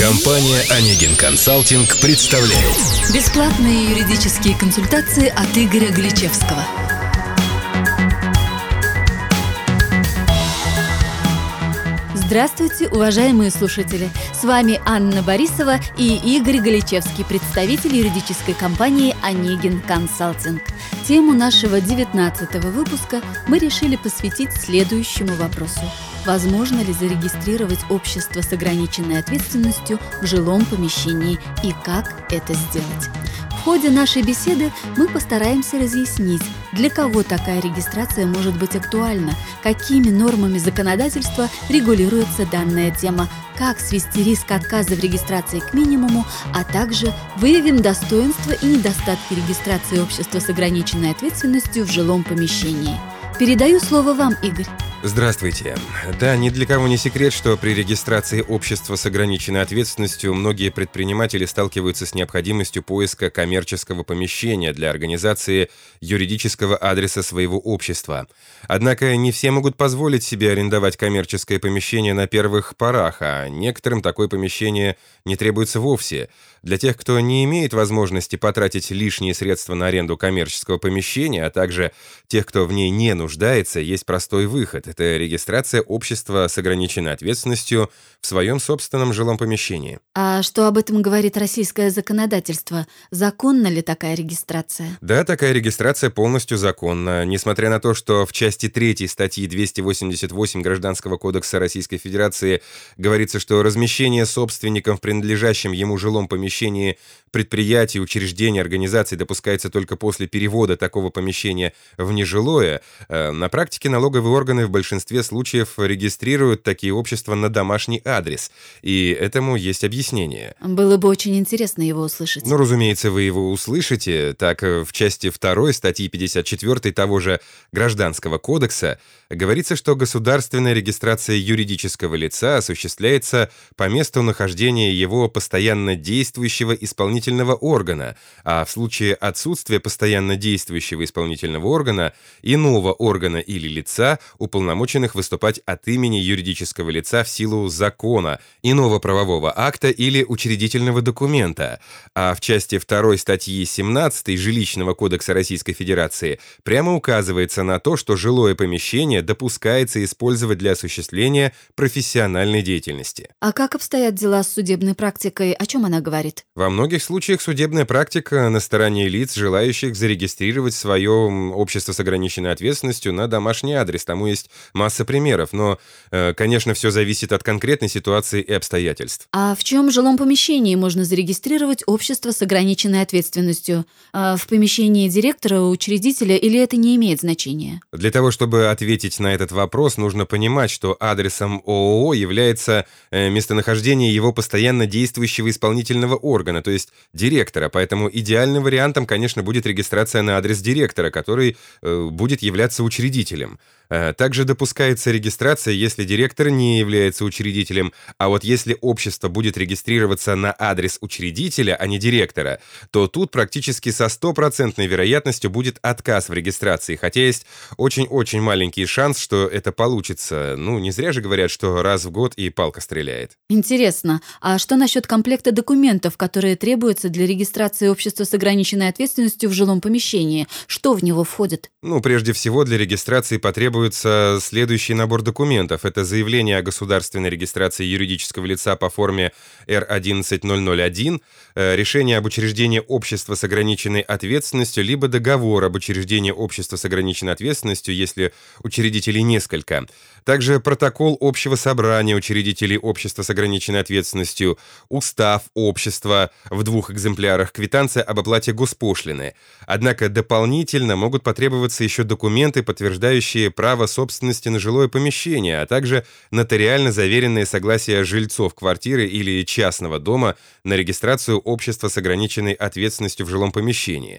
Компания «Онегин Консалтинг» представляет бесплатные юридические консультации от Игоря Гличевского. Здравствуйте, уважаемые слушатели! С вами Анна Борисова и Игорь Гличевский, представитель юридической компании «Онегин Консалтинг». Тему нашего 19-го выпуска мы решили посвятить следующему вопросу. Возможно ли зарегистрировать общество с ограниченной ответственностью в жилом помещении и как это сделать? В ходе нашей беседы мы постараемся разъяснить, для кого такая регистрация может быть актуальна, какими нормами законодательства регулируется данная тема, как свести риск отказа в регистрации к минимуму, а также выявим достоинства и недостатки регистрации общества с ограниченной ответственностью в жилом помещении. Передаю слово вам, Игорь. Здравствуйте. Да, ни для кого не секрет, что при регистрации общества с ограниченной ответственностью многие предприниматели сталкиваются с необходимостью поиска коммерческого помещения для организации юридического адреса своего общества. Однако не все могут позволить себе арендовать коммерческое помещение на первых порах, а некоторым такое помещение не требуется вовсе. Для тех, кто не имеет возможности потратить лишние средства на аренду коммерческого помещения, а также тех, кто в ней не нуждается, есть простой выход. Это регистрация общества с ограниченной ответственностью в своем собственном жилом помещении. А что об этом говорит российское законодательство? Законна ли такая регистрация? Да, такая регистрация полностью законна. Несмотря на то, что в части 3 статьи 288 Гражданского кодекса Российской Федерации говорится, что размещение собственником в принадлежащем ему жилом помещении предприятий, учреждений, организаций допускается только после перевода такого помещения в нежилое, на практике налоговые органы в большинстве случаев регистрируют такие общества на домашний адрес, и этому есть объяснение. Было бы очень интересно его услышать. Ну, разумеется, вы его услышите. Так, в части 2 статьи 54 того же Гражданского кодекса говорится, что государственная регистрация юридического лица осуществляется по месту нахождения его постоянно действующего исполнительного органа, а в случае отсутствия постоянно действующего исполнительного органа, иного органа или лица, уполномоченных выступать от имени юридического лица в силу закона, иного правового акта или учредительного документа. А в части 2 статьи 17 Жилищного кодекса Российской Федерации прямо указывается на то, что жилое помещение допускается использовать для осуществления профессиональной деятельности. А как обстоят дела с судебной практикой? О чем она говорит? Во многих случаях судебная практика на стороне лиц, желающих зарегистрировать свое общество с ограниченной ответственностью на домашний адрес. Тому есть масса примеров, но, конечно, все зависит от конкретной ситуации и обстоятельств. А в чем жилом помещении можно зарегистрировать общество с ограниченной ответственностью? В помещении директора, учредителя, или это не имеет значения? Для того, чтобы ответить на этот вопрос, нужно понимать, что адресом ООО является местонахождение его постоянно действующего исполнительного органа, то есть директора, поэтому идеальным вариантом, конечно, будет регистрация на адрес директора, который будет являться учредителем. Также допускается регистрация, если директор не является учредителем, а вот если общество будет регистрироваться на адрес учредителя, а не директора, то тут практически со 100% вероятностью будет отказ в регистрации, хотя есть очень-очень маленький шанс, что это получится. Ну, не зря же говорят, что раз в год и палка стреляет. Интересно, а что насчет комплекта документов, которые требуются для регистрации общества с ограниченной ответственностью в жилом помещении? Что в него входит? Ну, прежде всего, для регистрации потребуется следующий набор документов. Это заявление о государственной регистрации юридического лица по форме Р11001, решение об учреждении общества с ограниченной ответственностью, либо договор об учреждении общества с ограниченной ответственностью, если учредителей несколько. Также протокол общего собрания учредителей общества с ограниченной ответственностью, устав общества в 2 экземплярах, квитанция об оплате госпошлины. Однако дополнительно могут потребоваться еще документы, подтверждающие право собственности на жилое помещение, а также нотариально заверенное согласие жильцов квартиры или частного дома на регистрацию общества с ограниченной ответственностью в жилом помещении.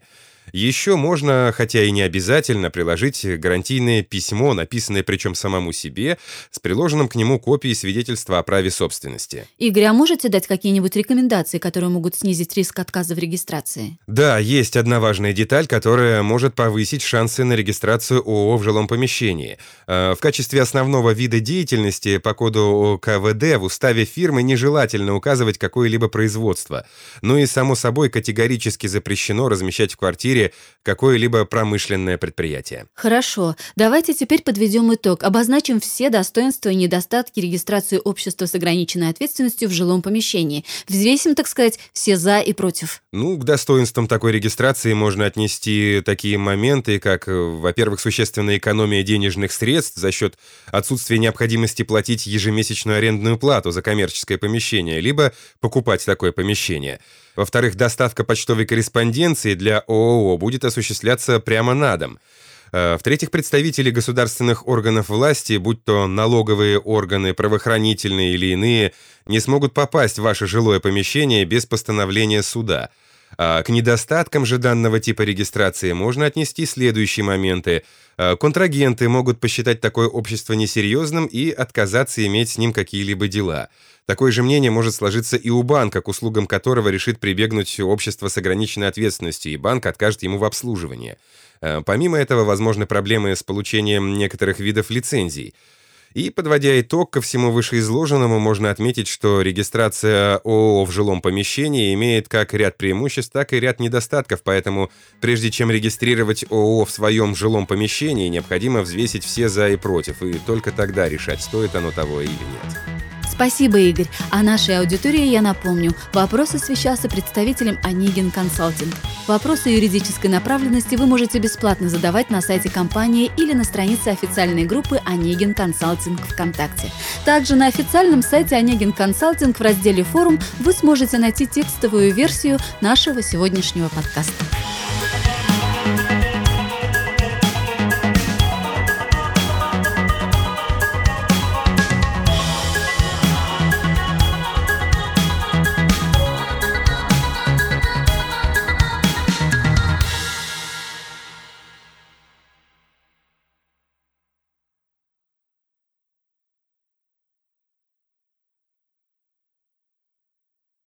Еще можно, хотя и не обязательно, приложить гарантийное письмо, написанное причем самому себе, с приложенным к нему копией свидетельства о праве собственности. Игорь, а можете дать какие-нибудь рекомендации, которые могут снизить риск отказа в регистрации? Да, есть одна важная деталь, которая может повысить шансы на регистрацию ООО в жилом помещении. В качестве основного вида деятельности по коду КВД в уставе фирмы нежелательно указывать какое-либо производство. Ну и, само собой, категорически запрещено размещать в квартире какое-либо промышленное предприятие. Хорошо, давайте теперь подведем итог, обозначим все достоинства и недостатки регистрации общества с ограниченной ответственностью в жилом помещении. Взвесим, так сказать, все «за» и «против». К достоинствам такой регистрации можно отнести такие моменты, как, во-первых, существенная экономия денежных средств за счет отсутствия необходимости платить ежемесячную арендную плату за коммерческое помещение, либо покупать такое помещение. Во-вторых, доставка почтовой корреспонденции для ООО будет осуществляться прямо на дом. В-третьих, представители государственных органов власти, будь то налоговые органы, правоохранительные или иные, не смогут попасть в ваше жилое помещение без постановления суда. К недостаткам же данного типа регистрации можно отнести следующие моменты. Контрагенты могут посчитать такое общество несерьезным и отказаться иметь с ним какие-либо дела. Такое же мнение может сложиться и у банка, к услугам которого решит прибегнуть общество с ограниченной ответственностью, и банк откажет ему в обслуживании. Помимо этого, возможны проблемы с получением некоторых видов лицензий. И, подводя итог ко всему вышеизложенному, можно отметить, что регистрация ООО в жилом помещении имеет как ряд преимуществ, так и ряд недостатков, поэтому прежде чем регистрировать ООО в своем жилом помещении, необходимо взвесить все «за» и «против», и только тогда решать, стоит оно того или нет. Спасибо, Игорь. А нашей аудитории я напомню, вопрос освещался представителем Онегин Консалтинг. Вопросы юридической направленности вы можете бесплатно задавать на сайте компании или на странице официальной группы Онегин Консалтинг ВКонтакте. Также на официальном сайте Онегин Консалтинг в разделе «Форум» вы сможете найти текстовую версию нашего сегодняшнего подкаста.